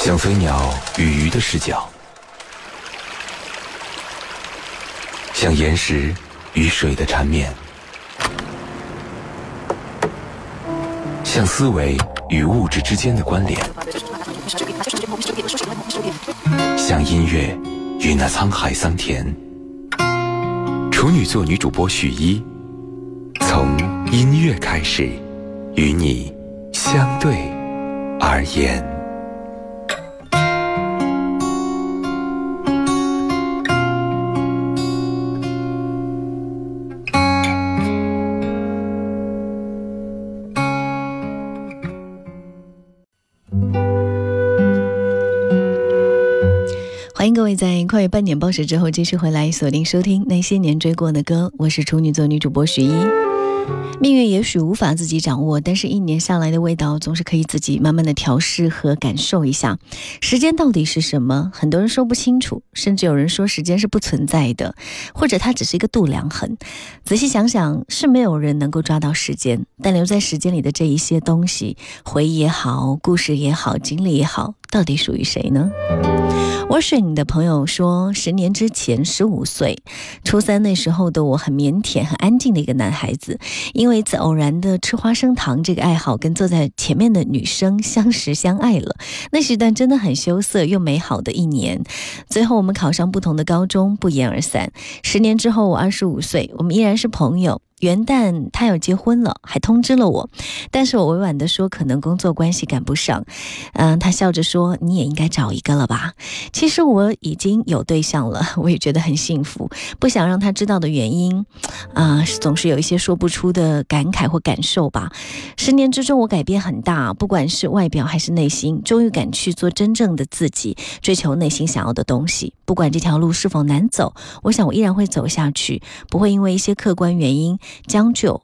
像飞鸟与鱼的视角，像岩石与水的缠绵，像思维与物质之间的关联，像音乐与那沧海桑田。处女座女主播许一，从音乐开始，与你相对而言。 欢迎各位在跨越半点报时之后继续回来锁定收听那些年追过的歌，我是处女座女主播许一。命运也许无法自己掌握，但是一年下来的味道总是可以自己慢慢的调试和感受一下。时间到底是什么？很多人说不清楚，甚至有人说时间是不存在的，或者它只是一个度量衡。仔细想想，是没有人能够抓到时间，但留在时间里的这一些东西，回忆也好，故事也好，经历也好，到底属于谁呢？我是你的朋友说，10年之前15岁，初3那时候的我很腼腆很安静的一个男孩子，因为一次偶然的吃花生糖这个爱好，跟坐在前面的女生相识相爱了。那时段真的很羞涩又美好的一年。最后我们考上不同的高中，不言而散。10年之后我25岁，我们依然是朋友。元旦他要结婚了，还通知了我，但是我委婉地说可能工作关系赶不上。他笑着说你也应该找一个了吧。其实我已经有对象了，我也觉得很幸福，不想让他知道的原因总是有一些说不出的感慨或感受吧。10年之中我改变很大，不管是外表还是内心，终于敢去做真正的自己，追求内心想要的东西。不管这条路是否难走，我想我依然会走下去，不会因为一些客观原因将就。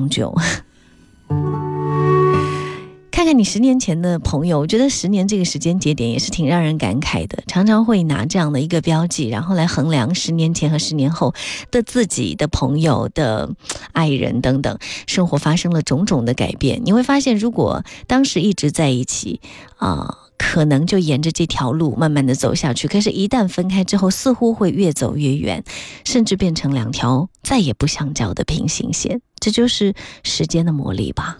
看看你10年前的朋友，我觉得10年这个时间节点也是挺让人感慨的，常常会拿这样的一个标记，然后来衡量10年前和10年后的自己的朋友的爱人等等，生活发生了种种的改变。你会发现，如果当时一直在一起可能就沿着这条路慢慢的走下去，可是一旦分开之后，似乎会越走越远，甚至变成2条再也不相交的平行线。这就是时间的魔力吧。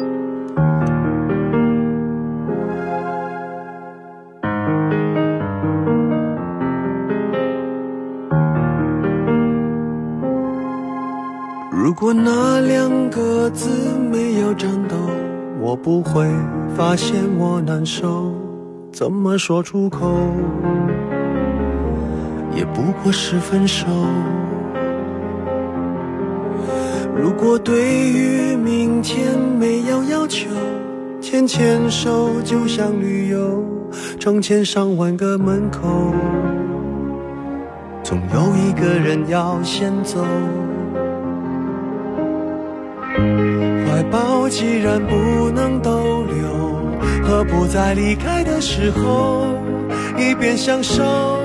如果那2个字没有颤抖，我不会发现我难受，怎么说出口，也不过是分手。如果对于明天没有要求，牵牵手就像旅游，成千上万个门口，总有一个人要先走。怀抱既然不能逗留，何不在离开的时候，一边享受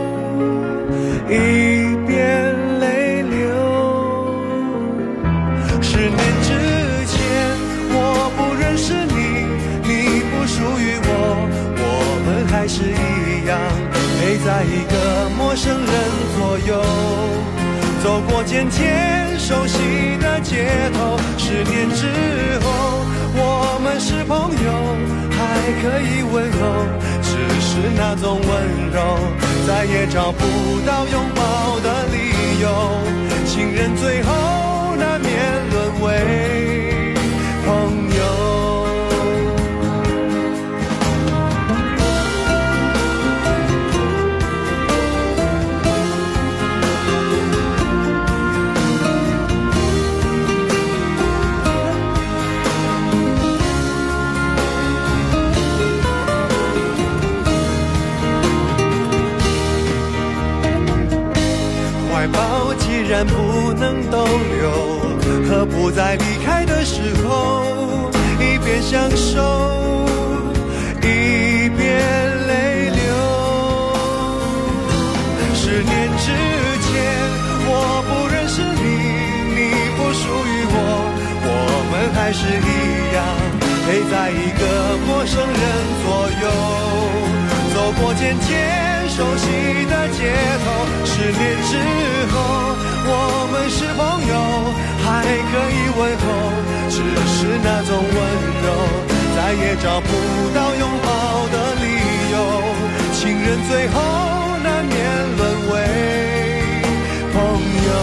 一边泪流。10年之前我不认识你，你不属于我，我们还是一样陪在一个陌生人左右，走过渐渐熟悉的街头。10年之后我们是朋友，还可以温柔，只是那种温柔再也找不到拥抱的理由，情人最后难免沦为朋友。怀抱既然不能逗留，何不在离开的时候，一边享受一边泪流。10年之前我不认识你，你不属于我，我们还是一样陪在一个陌生人左右，走过渐渐熟悉的街头，10年之后我们是朋友，还可以问候，只是那种温柔再也找不到拥抱的理由，情人最后难免沦为朋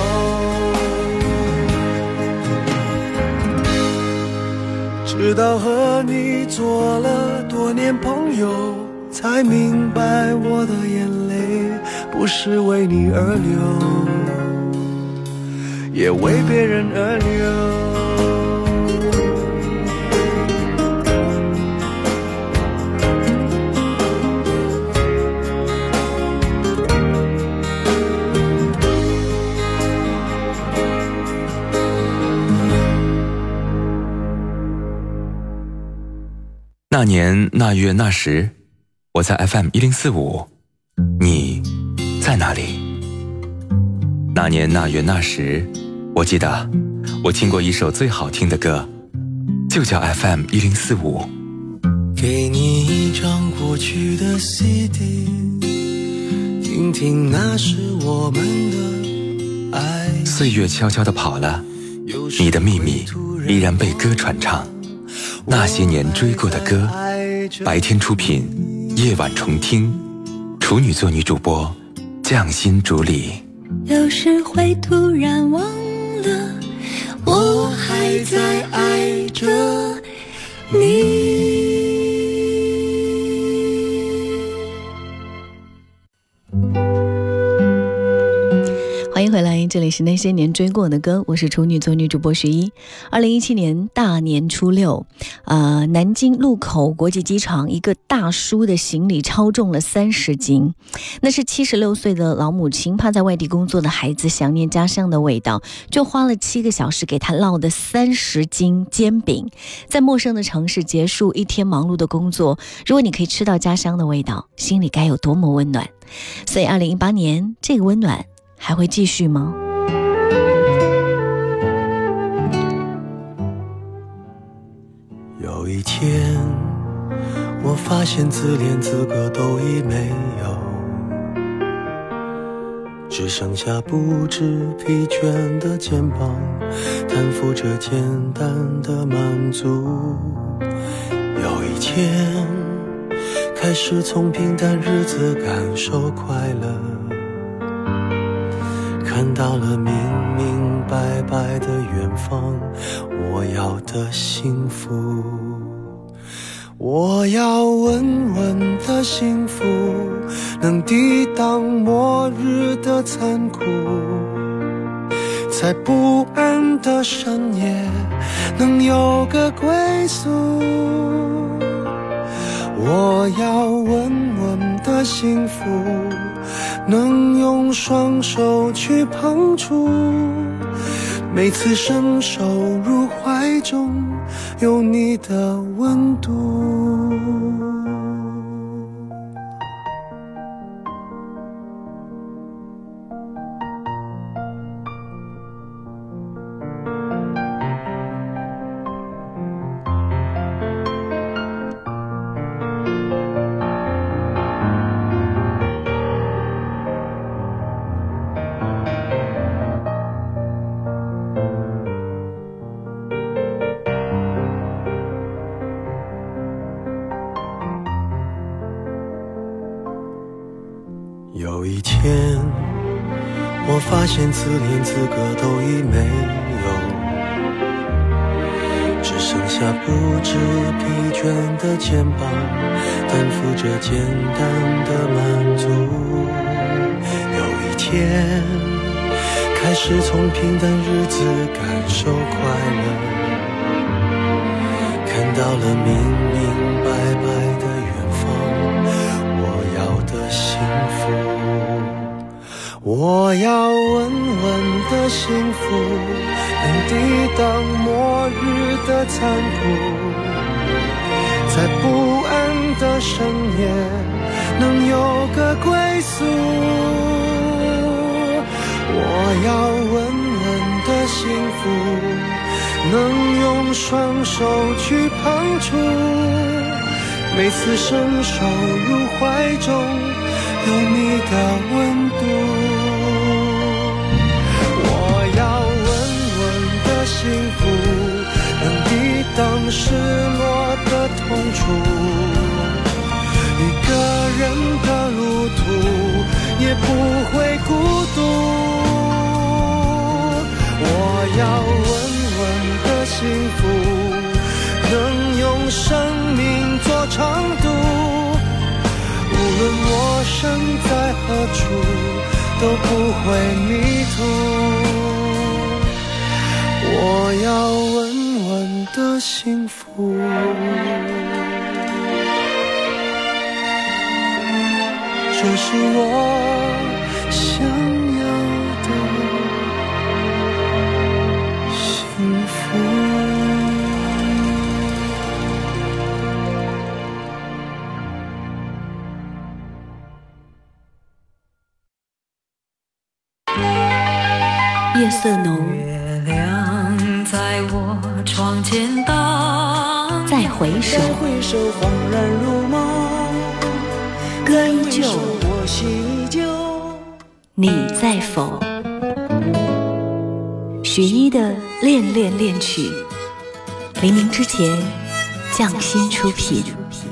友。直到和你做了多年朋友，才明白我的眼泪不是为你而流，也为别人而流。 那年那月那时，我在 FM1045，你在哪里？那年那月那时，我记得我听过一首最好听的歌，就叫 FM1045。 给你一张过去的 CD， 听听那是我们的爱。 岁月悄悄地跑了，你的秘密依然被歌传唱。那些年追过的歌，白天出品，夜晚重听，处女座女主播匠心主理。 有时会突然忘了，我还在爱着你。 欢迎回来，这里是那些年追过的歌，我是处女座女主播徐一。2017年大年初六，南京禄口国际机场，一个大叔的行李超重了30斤，那是76岁的老母亲怕在外地工作的孩子想念家乡的味道，就花了7个小时给他烙的30斤煎饼。在陌生的城市结束一天忙碌的工作，如果你可以吃到家乡的味道，心里该有多么温暖。所以2018年这个温暖还会继续吗？ 有一天，我发现自怜资格都已没有，只剩下不知疲倦的肩膀，担负着简单的满足。有一天，开始从平淡日子感受快乐，看到了明明白白的远方，我要的幸福。我要稳稳的幸福，能抵挡末日的残酷，在不安的深夜能有个归宿。我要稳稳的幸福，能用双手去碰触，每次伸手入怀中有你的温度。有一天，我发现自怜资格都已没有，只剩下不知疲倦的肩膀，担负着简单的满足。有一天，开始从平淡日子感受快乐，看到了明明白白的远方，我要的幸福。我要稳稳的幸福，能抵挡末日的残酷，在不安的深夜能有个归宿。我要稳稳的幸福，能用双手去碰触，每每次伸手入怀中有你的温度。我要稳稳的幸福，能抵挡失落的痛楚，一个人的路途也不会孤独。我要稳稳的幸福，能用生命做长度，无论我身在何处都不会迷途。我要稳稳的幸福，这是我想要的幸福。 夜色浓， 月亮在我窗前荡， 再回首， 恍然如梦， 歌依旧， 我心依旧。 你在否？许一的恋恋恋曲，黎明之前匠心出品。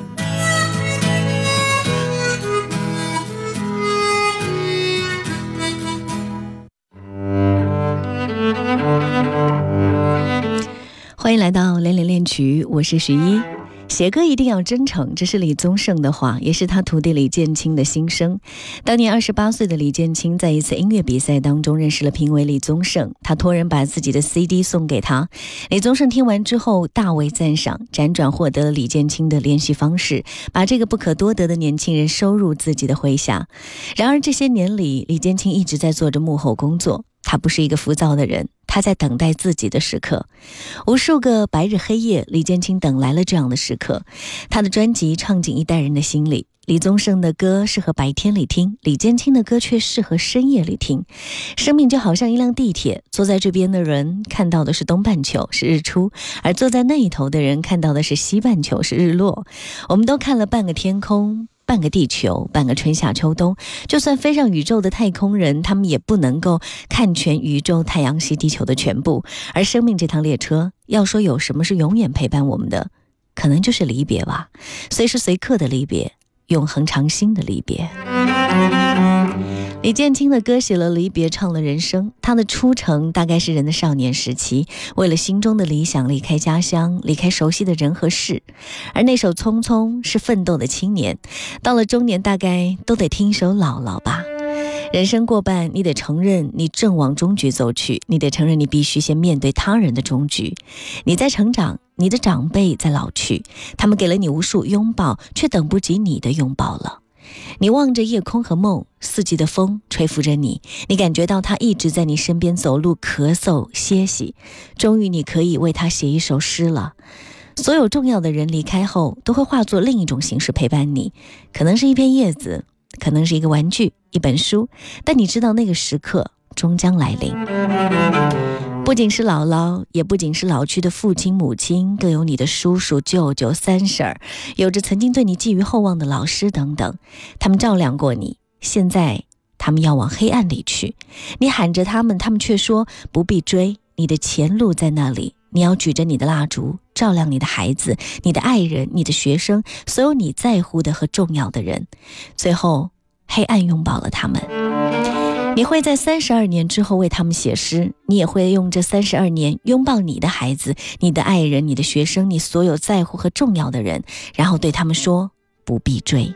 欢迎来到恋恋恋曲，我是许一。写歌一定要真诚，这是李宗盛的话，也是他徒弟李建清的心声。当年28岁的李建清在一次音乐比赛当中认识了评委李宗盛，他托人把自己的 CD 送给他。李宗盛听完之后大为赞赏，辗转获得了李建清的联系方式，把这个不可多得的年轻人收入自己的麾下。然而这些年里，李建清一直在做着幕后工作，他不是一个浮躁的人，他在等待自己的时刻。无数个白日黑夜，李建清等来了这样的时刻。他的专辑唱进一代人的心里，李宗盛的歌适合白天里听，李建清的歌却适合深夜里听。生命就好像一辆地铁，坐在这边的人看到的是东半球，是日出，而坐在那一头的人看到的是西半球，是日落。我们都看了半个天空，半个地球，半个春夏秋冬，就算飞上宇宙的太空人，他们也不能够看全宇宙太阳系地球的全部。而生命这趟列车，要说有什么是永远陪伴我们的，可能就是离别吧，随时随刻的离别，永恒长新的离别。李建清的歌写了离别，唱了人生。他的出程大概是人的少年时期，为了心中的理想离开家乡，离开熟悉的人和事。而那首匆匆是奋斗的青年，到了中年大概都得听一首姥姥吧。人生过半，你得承认你正往终局走去，你得承认你必须先面对他人的终局。你在成长，你的长辈在老去，他们给了你无数拥抱，却等不及你的拥抱了。你望着夜空和梦，四季的风吹拂着你，你感觉到他一直在你身边走路、咳嗽、歇息。终于你可以为他写一首诗了。所有重要的人离开后，都会化作另一种形式陪伴你，可能是一片叶子，可能是一个玩具，一本书，但你知道那个时刻终将来临。不仅是姥姥，也不仅是老去的父亲母亲，更有你的叔叔舅舅三婶儿，有着曾经对你寄予厚望的老师等等。他们照亮过你，现在他们要往黑暗里去，你喊着他们，他们却说不必追，你的前路在那里。你要举着你的蜡烛，照亮你的孩子，你的爱人，你的学生，所有你在乎的和重要的人。最后黑暗拥抱了他们。你会在32年之后为他们写诗，你也会用这32年拥抱你的孩子，你的爱人，你的学生，你所有在乎和重要的人，然后对他们说不必追。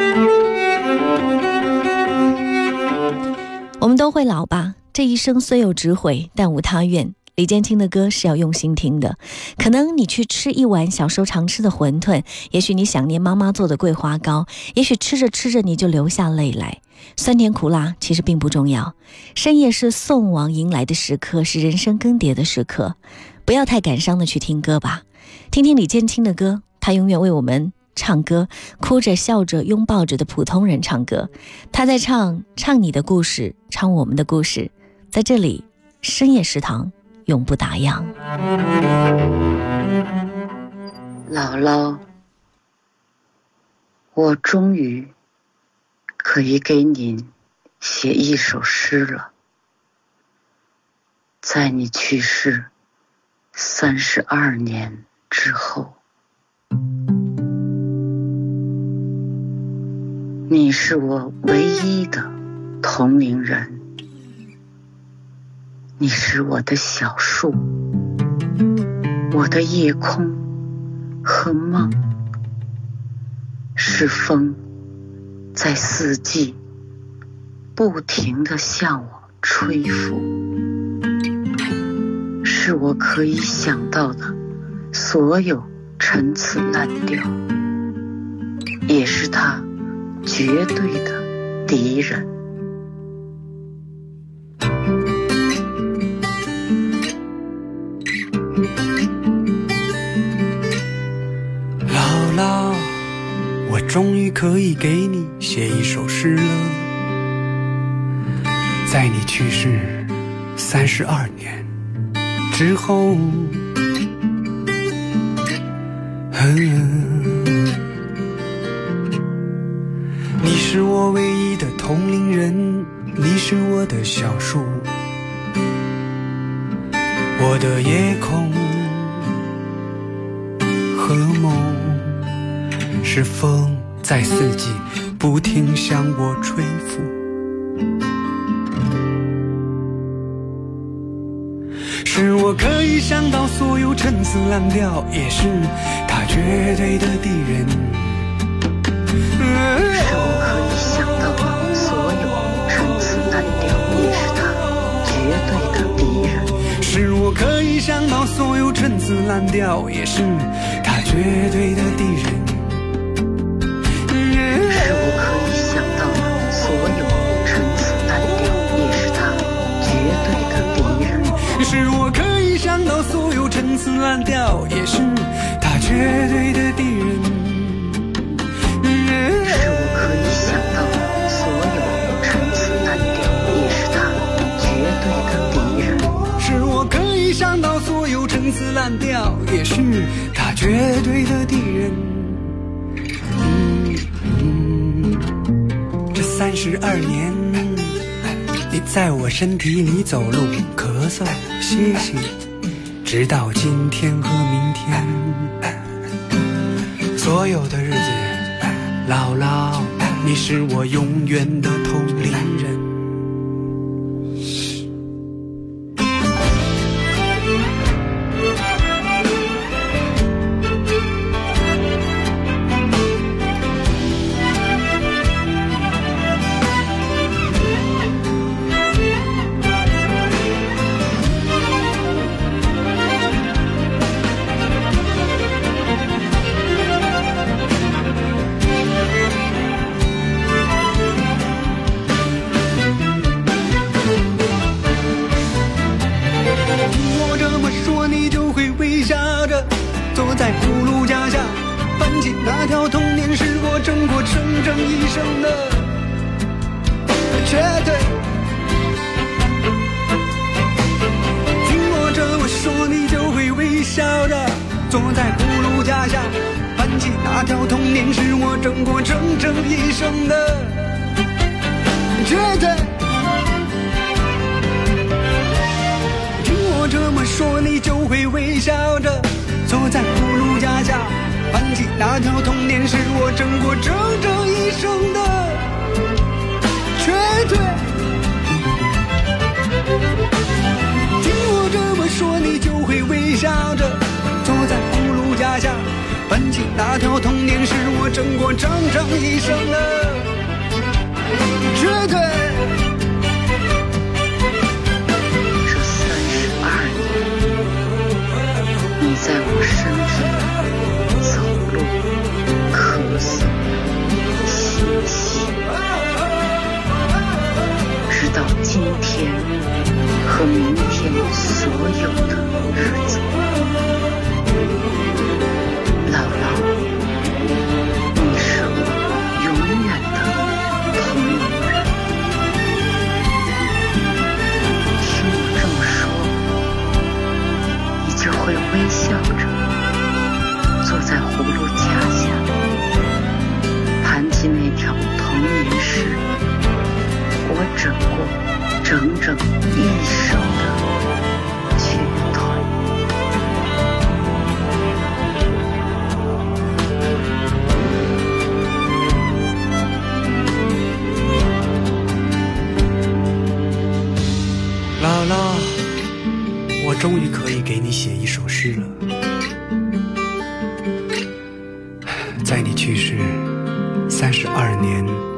我们都会老吧，这一生虽有直悔，但无他愿。李建清的歌是要用心听的，可能你去吃一碗小时候常吃的馄饨，也许你想念妈妈做的桂花糕，也许吃着吃着你就流下泪来。酸甜苦辣其实并不重要，深夜是送往迎来的时刻，是人生更迭的时刻。不要太感伤的去听歌吧，听听李建清的歌，他永远为我们唱歌，哭着笑着拥抱着的普通人唱歌。他在唱你的故事，唱我们的故事。在这里，深夜食堂永不打烊。 姥姥， 我终于可以给您写一首诗了。在你去世32年之后，你是我唯一的同龄人，你是我的小树，我的夜空和梦，是风在四季不停地向我吹拂，是我可以想到的所有陈词滥调，也是他绝对的敌人。 姥姥，我终于可以给你写一首诗了。在你去世32年之后，你是我唯一的同龄人，你是我的小树，我的夜空和梦，是风在四季不停向我吹拂，是我可以想到所有陈词滥调，也是他绝对的敌人。 是我可以想到的所有陈词滥调，也是他绝对的敌人。 是我可以想到所有陈词滥调，也是他绝对的敌人。 是我可以想到的所有陈词滥调，也是他绝对的敌人。 是我可以想到所有陈词滥调，也是他绝对的敌人。 是我可以想到的所有陈词滥调，也是他绝对的敌人。 是我可以想到所有陈词滥调，也是他绝对的敌人。这32年，你在我身体里走路、咳嗽、歇息，直到今天和明天，所有的日子，姥姥，你是我永远的同龄人。那条童年是我挣过整整一生的绝对。听我这么说，你就会微笑着坐在葫芦架下，盘起那条童年是我挣过整整一生的绝对。听我这么说，你就会微笑着坐在葫芦架下，盘起那条童年是我挣过整整一生的绝对。听我这么说，你就会微笑着坐在葫芦架下，盘起那条童年是我挣过整整一生的绝对。 这32年，你在我身体走路、咳嗽、歇息，直到今天和明天所有的日子。姥姥，你是我永远的同龄人， 啦，我终于可以给你写一首诗了。在你去世32年